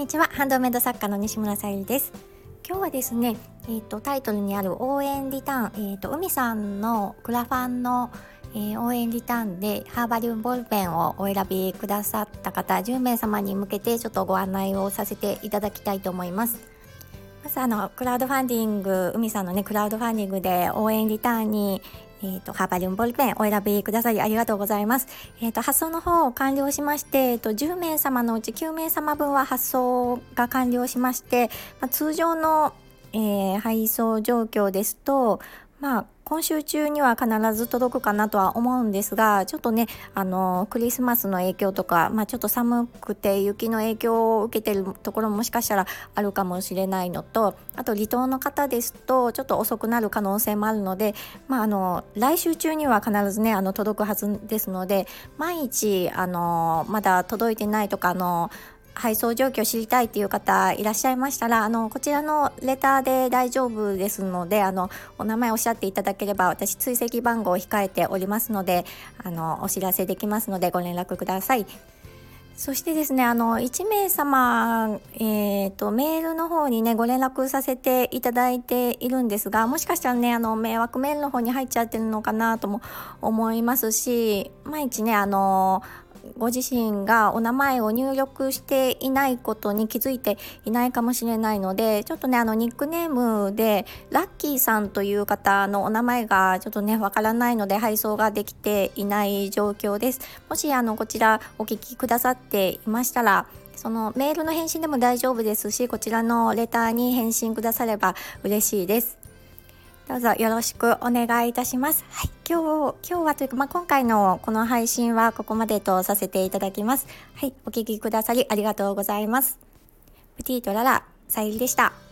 にちは。ハンドメイド作家の西村さゆりです。今日はですね、タイトルにある応援リターン、海さんのクラファンの、応援リターンでハーバリウムボールペンをお選びくださった方10名様に向けてちょっとご案内をさせていただきたいと思います。まずクラウドファンディング、海さんのねクラウドファンディングで応援リターンにハーバリウムボールペンお選びくださりありがとうございます。発送の方を完了しまして、10名様のうち9名様分は発送が完了しまして、通常の、配送状況ですと、今週中には必ず届くかなとは思うんですが、ちょっとねクリスマスの影響とか、ちょっと寒くて雪の影響を受けているところももしかしたらあるかもしれないのと、あと離島の方ですとちょっと遅くなる可能性もあるので、来週中には必ずね届くはずですので、毎日まだ届いてないとか配送状況を知りたいっていう方いらっしゃいましたら、こちらのレターで大丈夫ですので、お名前おっしゃっていただければ私追跡番号を控えておりますので、お知らせできますのでご連絡ください。そしてですね、1名様、メールの方にねご連絡させていただいているんですが、もしかしたらね迷惑メールの方に入っちゃってるのかなとも思いますし、毎日ねご自身がお名前を入力していないことに気づいていないかもしれないので、ちょっとねニックネームでラッキーさんという方のお名前がちょっとねわからないので配送ができていない状況です。もしこちらお聞きくださっていましたら、そのメールの返信でも大丈夫ですし、こちらのレターに返信くだされば嬉しいです。どうぞよろしくお願いいたします。はい、今日はというか、今回のこの配信はここまでとさせていただきます。はい、お聞きくださりありがとうございます。プティートララさゆりでした。